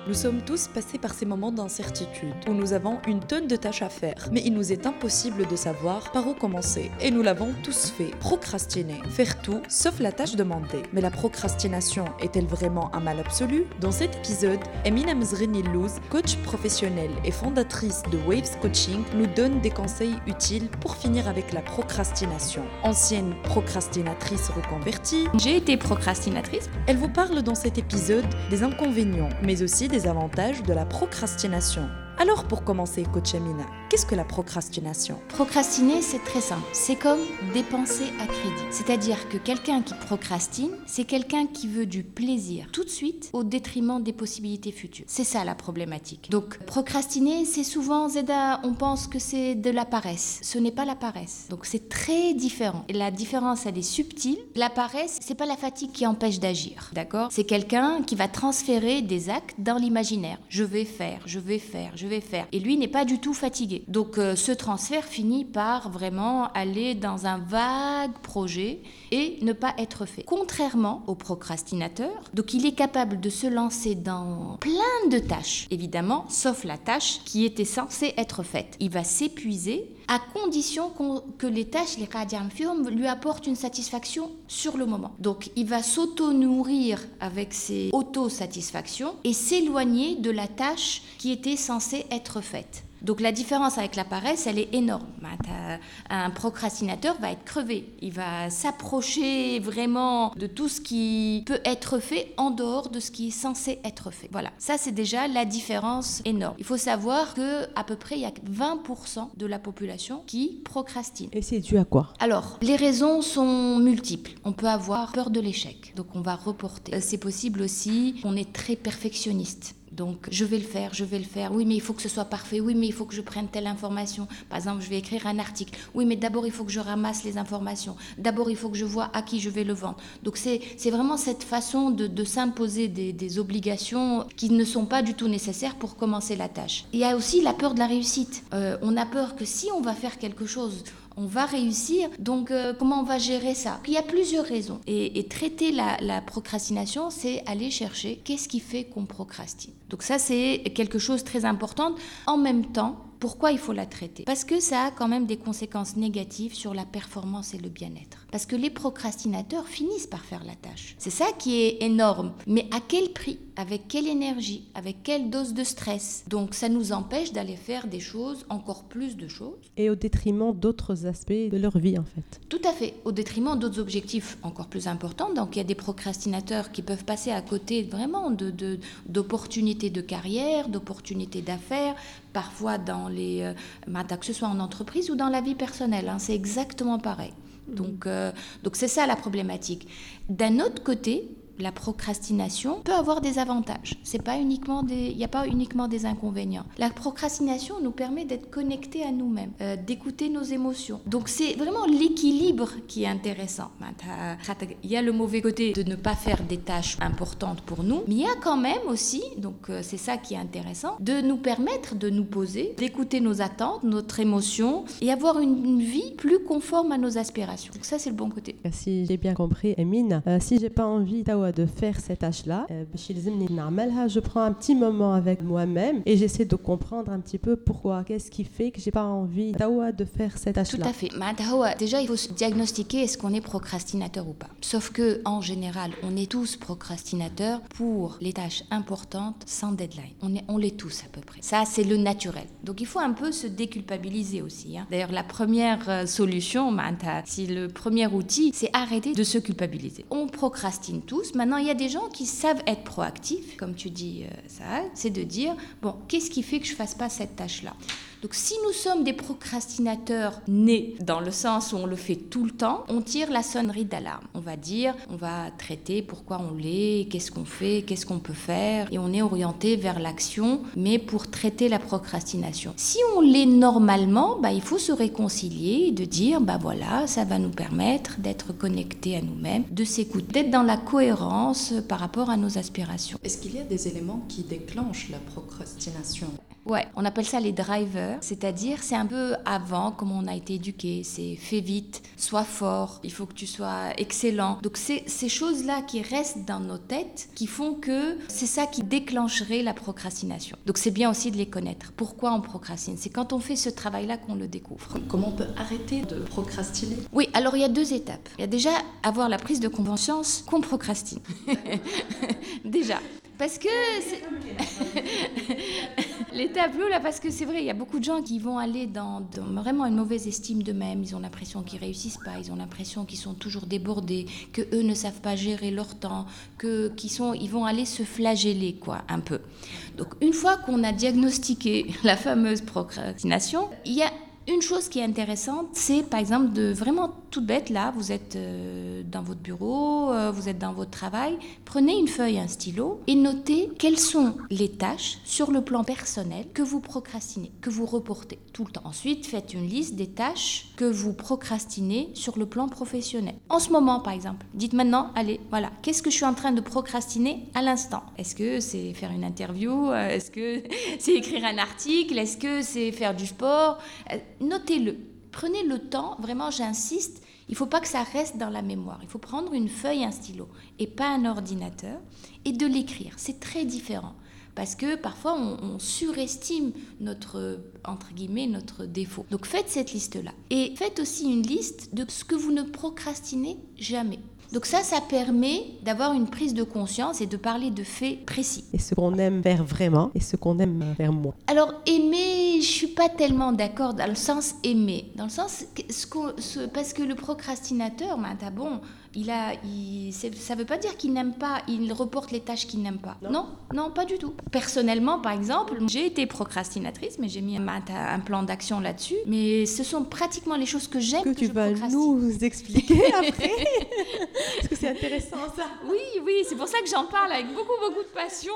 Nous sommes tous passés par ces moments d'incertitude où nous avons une tonne de tâches à faire, mais il nous est impossible de savoir par où commencer. Et nous l'avons tous fait. Procrastiner. Faire tout sauf la tâche demandée. Mais la procrastination est-elle vraiment un mal absolu? Dans cet épisode, Emina Mezrini-Louz, coach professionnelle et fondatrice de Waves Coaching, nous donne des conseils utiles pour finir avec la procrastination. Ancienne procrastinatrice reconvertie, j'ai été procrastinatrice. Elle vous parle dans cet épisode des inconvénients, mais aussi des avantages de la procrastination. Alors pour commencer, coach Emina, qu'est-ce que la procrastination? Procrastiner, c'est très simple. C'est comme dépenser à crédit. C'est-à-dire que quelqu'un qui procrastine, c'est quelqu'un qui veut du plaisir tout de suite au détriment des possibilités futures. C'est ça la problématique. Donc procrastiner, c'est souvent, Zeda, on pense que c'est de la paresse. Ce n'est pas la paresse. Donc c'est très différent. Et la différence, elle est subtile. La paresse, c'est pas la fatigue qui empêche d'agir. D'accord? C'est quelqu'un qui va transférer des actes dans l'imaginaire. Je vais faire. Et lui n'est pas du tout fatigué. Donc ce transfert finit par vraiment aller dans un vague projet et ne pas être fait. Contrairement au procrastinateur, donc il est capable de se lancer dans plein de tâches, évidemment, sauf la tâche qui était censée être faite. Il va s'épuiser à condition que les tâches, les qadiam fihom, lui apportent une satisfaction sur le moment. Donc il va s'auto-nourrir avec ses auto-satisfactions et s'éloigner de la tâche qui était censée être faite. Donc la différence avec la paresse, elle est énorme. Un procrastinateur va être crevé. Il va s'approcher vraiment de tout ce qui peut être fait en dehors de ce qui est censé être fait. Voilà, ça c'est déjà la différence énorme. Il faut savoir qu'à peu près, il y a 20% de la population qui procrastine. Et c'est dû à quoi? Alors, les raisons sont multiples. On peut avoir peur de l'échec, donc on va reporter. C'est possible aussi qu'on est très perfectionniste. Donc, je vais le faire. Oui, mais il faut que ce soit parfait. Oui, mais il faut que je prenne telle information. Par exemple, je vais écrire un article. Oui, mais d'abord, il faut que je ramasse les informations. D'abord, il faut que je vois à qui je vais le vendre. Donc, c'est vraiment cette façon de s'imposer des obligations qui ne sont pas du tout nécessaires pour commencer la tâche. Il y a aussi la peur de la réussite. On a peur que si on va faire quelque chose, on va réussir, donc comment on va gérer ça? Il y a plusieurs raisons. Et traiter la procrastination, c'est aller chercher qu'est-ce qui fait qu'on procrastine. Donc ça, c'est quelque chose de très important. En même temps, pourquoi il faut la traiter? Parce que ça a quand même des conséquences négatives sur la performance et le bien-être. Parce que les procrastinateurs finissent par faire la tâche. C'est ça qui est énorme. Mais à quel prix? Avec quelle énergie? Avec quelle dose de stress? Donc ça nous empêche d'aller faire des choses, encore plus de choses. Et au détriment d'autres aspects de leur vie en fait. Tout à fait, au détriment d'autres objectifs encore plus importants. Donc il y a des procrastinateurs qui peuvent passer à côté vraiment d'opportunités de carrière, d'opportunités d'affaires, parfois dans que ce soit en entreprise ou dans la vie personnelle. C'est exactement pareil. Donc c'est ça la problématique. D'un autre côté, la procrastination peut avoir des avantages. Il n'y a pas uniquement des inconvénients. La procrastination nous permet d'être connectés à nous-mêmes, d'écouter nos émotions. Donc c'est vraiment l'équilibre qui est intéressant. Il y a le mauvais côté de ne pas faire des tâches importantes pour nous, mais il y a quand même aussi, donc c'est ça qui est intéressant, de nous permettre de nous poser, d'écouter nos attentes, notre émotion et avoir une vie plus conforme à nos aspirations. Donc ça c'est le bon côté. Si j'ai bien compris, Emine, si j'ai pas envie de faire cette tâche-là, je prends un petit moment avec moi-même et j'essaie de comprendre un petit peu pourquoi, qu'est-ce qui fait que j'ai pas envie de faire cette tâche-là. Tout à fait. Déjà, il faut se diagnostiquer est-ce qu'on est procrastinateur ou pas. Sauf que en général, on est tous procrastinateurs pour les tâches importantes sans deadline. On l'est tous à peu près. Ça, c'est le naturel. Donc, il faut un peu se déculpabiliser aussi. D'ailleurs, la première solution, si le premier outil, c'est arrêter de se culpabiliser. On procrastine tous. Maintenant, il y a des gens qui savent être proactifs, comme tu dis, Saad, c'est de dire, bon, qu'est-ce qui fait que je ne fasse pas cette tâche-là? Donc si nous sommes des procrastinateurs nés, dans le sens où on le fait tout le temps, on tire la sonnerie d'alarme. On va traiter pourquoi on l'est, qu'est-ce qu'on fait, qu'est-ce qu'on peut faire, et on est orienté vers l'action, mais pour traiter la procrastination. Si on l'est normalement, il faut se réconcilier et de dire, voilà, ça va nous permettre d'être connectés à nous-mêmes, de s'écouter, d'être dans la cohérence par rapport à nos aspirations. Est-ce qu'il y a des éléments qui déclenchent la procrastination? Ouais, on appelle ça les drivers, c'est-à-dire c'est un peu avant comment on a été éduqué, c'est fais vite, sois fort, il faut que tu sois excellent. Donc c'est ces choses-là qui restent dans nos têtes qui font que c'est ça qui déclencherait la procrastination. Donc c'est bien aussi de les connaître. Pourquoi on procrastine ? C'est quand on fait ce travail-là qu'on le découvre. Comment on peut arrêter de procrastiner ? Oui, alors il y a 2 étapes. Il y a déjà avoir la prise de conscience qu'on procrastine. Déjà. Parce que l'étape là, parce que c'est vrai, il y a beaucoup de gens qui vont aller dans vraiment une mauvaise estime d'eux-mêmes. Ils ont l'impression qu'ils réussissent pas, ils ont l'impression qu'ils sont toujours débordés, que eux ne savent pas gérer leur temps, ils vont aller se flageller quoi, un peu. Donc une fois qu'on a diagnostiqué la fameuse procrastination, il y a une chose qui est intéressante, c'est par exemple de vraiment toute bête, là, vous êtes dans votre bureau, vous êtes dans votre travail, prenez une feuille, un stylo et notez quelles sont les tâches sur le plan personnel que vous procrastinez, que vous reportez tout le temps. Ensuite, faites une liste des tâches que vous procrastinez sur le plan professionnel. En ce moment, par exemple, dites maintenant, allez, voilà, qu'est-ce que je suis en train de procrastiner à l'instant ? Est-ce que c'est faire une interview ? Est-ce que c'est écrire un article ? Est-ce que c'est faire du sport ? Notez-le. Prenez le temps, vraiment j'insiste, il ne faut pas que ça reste dans la mémoire. Il faut prendre une feuille, un stylo et pas un ordinateur et de l'écrire. C'est très différent parce que parfois on surestime notre, entre guillemets, notre défaut. Donc faites cette liste-là. Et faites aussi une liste de ce que vous ne procrastinez jamais. Donc ça permet d'avoir une prise de conscience et de parler de faits précis. Et ce qu'on aime faire vraiment et ce qu'on aime faire moins. Alors aimer, je ne suis pas tellement d'accord dans le sens aimer. Dans le sens, parce que le procrastinateur, bon, ça ne veut pas dire qu'il n'aime pas, il reporte les tâches qu'il n'aime pas. Non, pas du tout. Personnellement, par exemple, j'ai été procrastinatrice, mais j'ai mis un plan d'action là-dessus. Mais ce sont pratiquement les choses que j'aime que je procrastine. Tu vas nous expliquer après. Parce que c'est intéressant ça. Oui, c'est pour ça que j'en parle avec beaucoup de passion.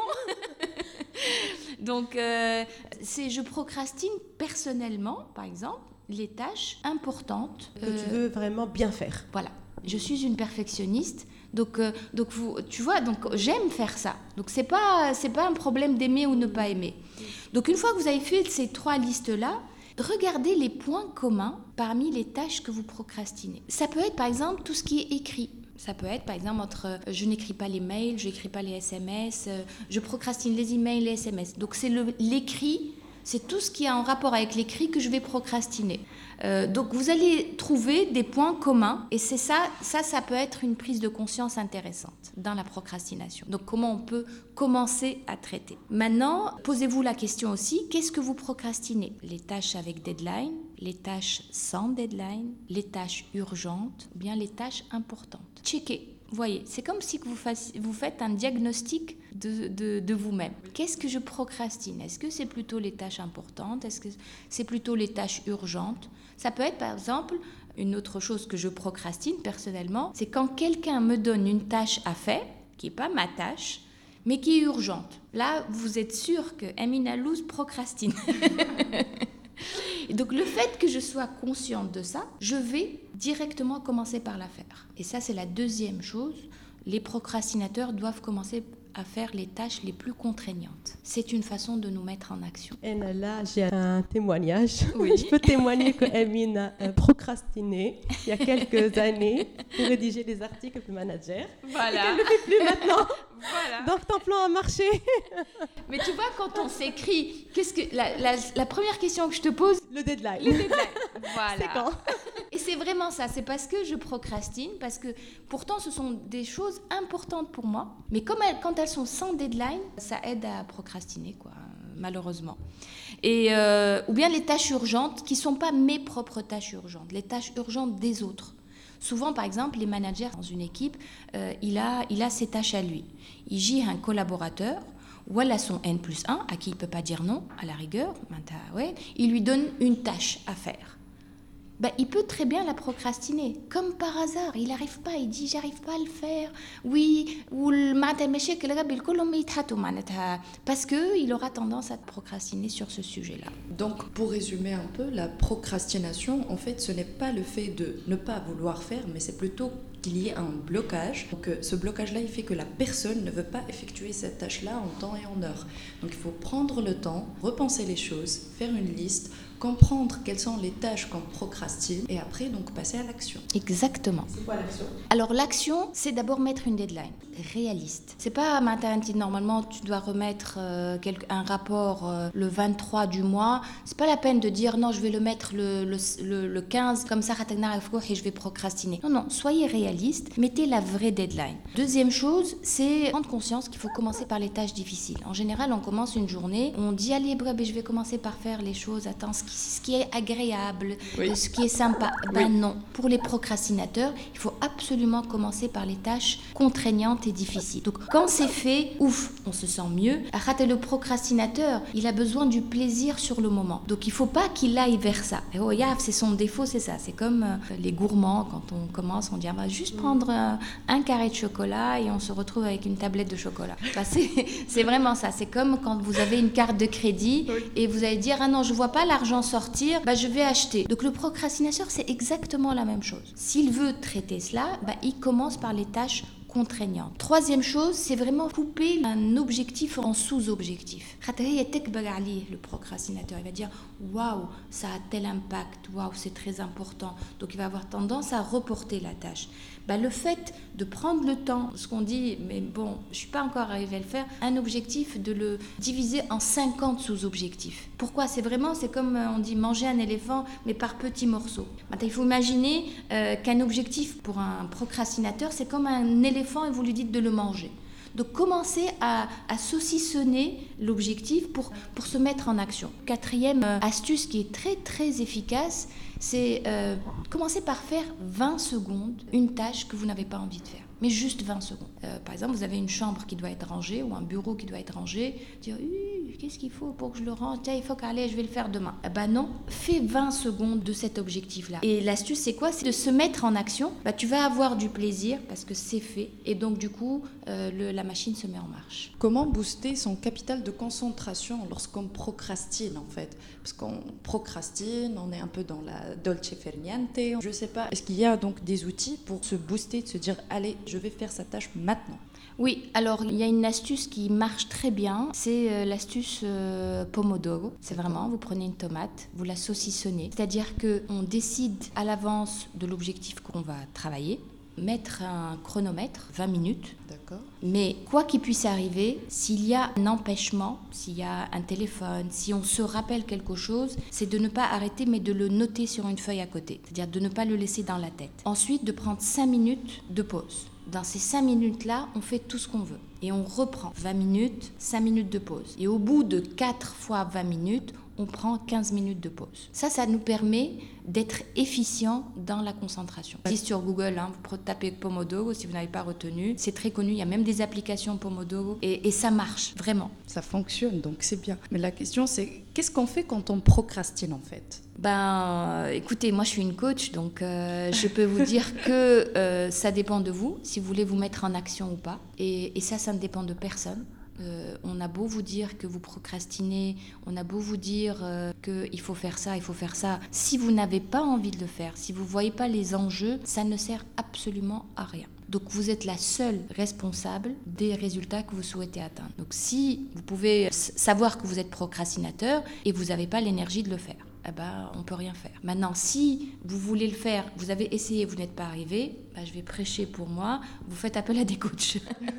Donc, je procrastine personnellement, par exemple, les tâches importantes. Que tu veux vraiment bien faire. Voilà. Je suis une perfectionniste, donc tu vois, donc j'aime faire ça. Donc c'est pas un problème d'aimer ou ne pas aimer. Donc une fois que vous avez fait ces 3 listes-là, regardez les points communs parmi les tâches que vous procrastinez. Ça peut être par exemple tout ce qui est écrit. Ça peut être par exemple je n'écris pas les mails, je n'écris pas les SMS, je procrastine les emails, les SMS. Donc c'est l'écrit. C'est tout ce qui est en rapport avec l'écrit que je vais procrastiner. Donc vous allez trouver des points communs et c'est ça peut être une prise de conscience intéressante dans la procrastination. Donc comment on peut commencer à traiter. Maintenant, posez-vous la question aussi, qu'est-ce que vous procrastinez ? Les tâches avec deadline, les tâches sans deadline, les tâches urgentes, ou bien les tâches importantes. Checkez. Voyez, c'est comme si vous faites un diagnostic de vous-même. Qu'est-ce que je procrastine ? Est-ce que c'est plutôt les tâches importantes ? Est-ce que c'est plutôt les tâches urgentes ? Ça peut être par exemple, une autre chose que je procrastine personnellement, c'est quand quelqu'un me donne une tâche à faire, qui n'est pas ma tâche, mais qui est urgente. Là, vous êtes sûr que Amina Louz procrastine. Et donc le fait que je sois consciente de ça, je vais directement commencer par la faire. Et ça, c'est la deuxième chose. Les procrastinateurs doivent commencer à faire les tâches les plus contraignantes. C'est une façon de nous mettre en action. Et là, j'ai un témoignage. Oui. Je peux témoigner que Amine a procrastiné il y a quelques années pour rédiger des articles de manager. Voilà. Et qu'elle ne le fait plus maintenant. Voilà. Donc ton plan a marché. Mais tu vois, quand on s'écrit, qu'est-ce que la première question que je te pose, Le deadline. Voilà. C'est quand ? Et c'est vraiment ça, c'est parce que je procrastine, parce que pourtant ce sont des choses importantes pour moi, mais quand elles sont sans deadline, ça aide à procrastiner, quoi, malheureusement. Et, ou bien les tâches urgentes qui ne sont pas mes propres tâches urgentes, les tâches urgentes des autres. Souvent, par exemple, les managers dans une équipe, il a ses tâches à lui. Il gère un collaborateur, ou elle a son N+1, à qui il ne peut pas dire non, à la rigueur, il lui donne une tâche à faire. Il peut très bien la procrastiner, comme par hasard. Il n'arrive pas, il dit « j'arrive pas à le faire ». Oui, ou parce qu'il aura tendance à procrastiner sur ce sujet-là. Donc, pour résumer un peu, la procrastination, en fait, ce n'est pas le fait de ne pas vouloir faire, mais c'est plutôt qu'il y ait un blocage. Donc ce blocage-là, il fait que la personne ne veut pas effectuer cette tâche-là en temps et en heure. Donc il faut prendre le temps, repenser les choses, faire une liste, comprendre quelles sont les tâches qu'on procrastine et après donc passer à l'action. Exactement. C'est quoi l'action? Alors l'action, c'est d'abord mettre une deadline réaliste. C'est pas maintenant, normalement tu dois remettre un rapport le 23 du mois. C'est pas la peine de dire non, je vais le mettre le 15 comme ça et je vais procrastiner. Non, soyez réaliste, mettez la vraie deadline. Deuxième chose, c'est prendre conscience qu'il faut commencer par les tâches difficiles. En général, on commence une journée, on dit allez, je vais commencer par faire les choses, ce qui est agréable, ce qui est sympa. Non, pour les procrastinateurs, il faut absolument commencer par les tâches contraignantes et difficiles. Donc quand c'est fait, ouf, on se sent mieux. Le procrastinateur, il a besoin du plaisir sur le moment. Donc il ne faut pas qu'il aille vers ça. Et c'est son défaut, c'est ça. C'est comme les gourmands, quand on commence, on dit on va juste prendre un carré de chocolat et on se retrouve avec une tablette de chocolat. C'est vraiment ça. C'est comme quand vous avez une carte de crédit et vous allez dire ah non, je ne vois pas l'argent sortir, je vais acheter. Donc le procrastinateur, c'est exactement la même chose. S'il veut traiter cela, il commence par les tâches contraignantes. Troisième chose, c'est vraiment couper un objectif en sous-objectif. Le procrastinateur, il va dire waouh, ça a tel impact, waouh, c'est très important. Donc il va avoir tendance à reporter la tâche. Le fait de prendre le temps, ce qu'on dit, mais bon, je ne suis pas encore arrivée à le faire, un objectif, de le diviser en 50 sous-objectifs. Pourquoi ? C'est comme on dit, manger un éléphant, mais par petits morceaux. Maintenant, il faut imaginer qu'un objectif pour un procrastinateur, c'est comme un éléphant et vous lui dites de le manger. Donc, commencez à saucissonner l'objectif pour se mettre en action. Quatrième astuce qui est très, très efficace, c'est commencer par faire 20 secondes une tâche que vous n'avez pas envie de faire. Mais juste 20 secondes. Par exemple, vous avez une chambre qui doit être rangée ou un bureau qui doit être rangé. Dire, qu'est-ce qu'il faut pour que je le range ? Tiens, il faut qu'aller, je vais le faire demain. Non, fais 20 secondes de cet objectif-là. Et l'astuce, c'est quoi ? C'est de se mettre en action. Tu vas avoir du plaisir parce que c'est fait. Et donc, du coup, la machine se met en marche. Comment booster son capital de concentration lorsqu'on procrastine, en fait ? Parce qu'on procrastine, on est un peu dans la dolce far niente. Je ne sais pas, est-ce qu'il y a donc des outils pour se booster, de se dire, allez, je vais faire sa tâche maintenant ? Oui, alors il y a une astuce qui marche très bien, c'est l'astuce Pomodoro. C'est vraiment, vous prenez une tomate, vous la saucissonnez. C'est-à-dire qu'on décide à l'avance de l'objectif qu'on va travailler, mettre un chronomètre, 20 minutes. D'accord. Mais quoi qu'il puisse arriver, s'il y a un empêchement, s'il y a un téléphone, si on se rappelle quelque chose, c'est de ne pas arrêter mais de le noter sur une feuille à côté. C'est-à-dire de ne pas le laisser dans la tête. Ensuite, de prendre 5 minutes de pause. Dans ces 5 minutes-là, on fait tout ce qu'on veut. Et on reprend 20 minutes, 5 minutes de pause. Et au bout de 4 fois 20 minutes, on prend 15 minutes de pause. Ça nous permet d'être efficient dans la concentration. Allez sur Google, vous tapez Pomodoro si vous n'avez pas retenu. C'est très connu, il y a même des applications Pomodoro et ça marche, vraiment. Ça fonctionne, donc c'est bien. Mais la question, c'est qu'est-ce qu'on fait quand on procrastine, en fait ? Écoutez, moi je suis une coach, donc je peux vous dire que ça dépend de vous, si vous voulez vous mettre en action ou pas. Et ça ne dépend de personne. On a beau vous dire que vous procrastinez, on a beau vous dire qu'il faut faire ça, il faut faire ça. Si vous n'avez pas envie de le faire, si vous ne voyez pas les enjeux, ça ne sert absolument à rien. Donc vous êtes la seule responsable des résultats que vous souhaitez atteindre. Donc si vous pouvez savoir que vous êtes procrastinateur et vous n'avez pas l'énergie de le faire, on ne peut rien faire. Maintenant, si vous voulez le faire, vous avez essayé, vous n'êtes pas arrivé, je vais prêcher pour moi, vous faites appel à des coachs.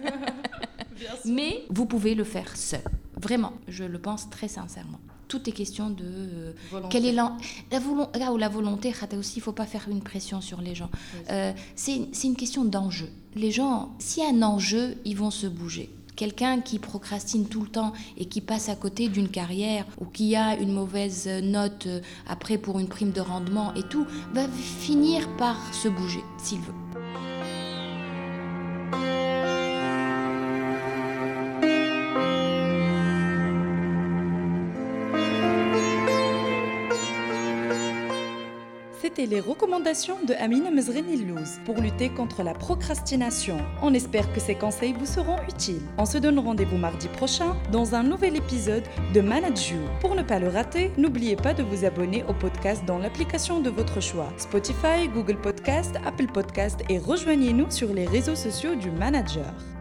Mais vous pouvez le faire seul. Vraiment, je le pense très sincèrement. Tout est question de... quelle est la volonté, aussi, il ne faut pas faire une pression sur les gens. C'est une question d'enjeu. Les gens, s'il y a un enjeu, ils vont se bouger. Quelqu'un qui procrastine tout le temps et qui passe à côté d'une carrière ou qui a une mauvaise note après pour une prime de rendement et tout, va finir par se bouger s'il veut. C'était étaient les recommandations de Amina Mezreni-Louz pour lutter contre la procrastination. On espère que ces conseils vous seront utiles. On se donne rendez-vous mardi prochain dans un nouvel épisode de Manage You. Pour ne pas le rater, n'oubliez pas de vous abonner au podcast dans l'application de votre choix. Spotify, Google Podcast, Apple Podcast et rejoignez-nous sur les réseaux sociaux du Manager.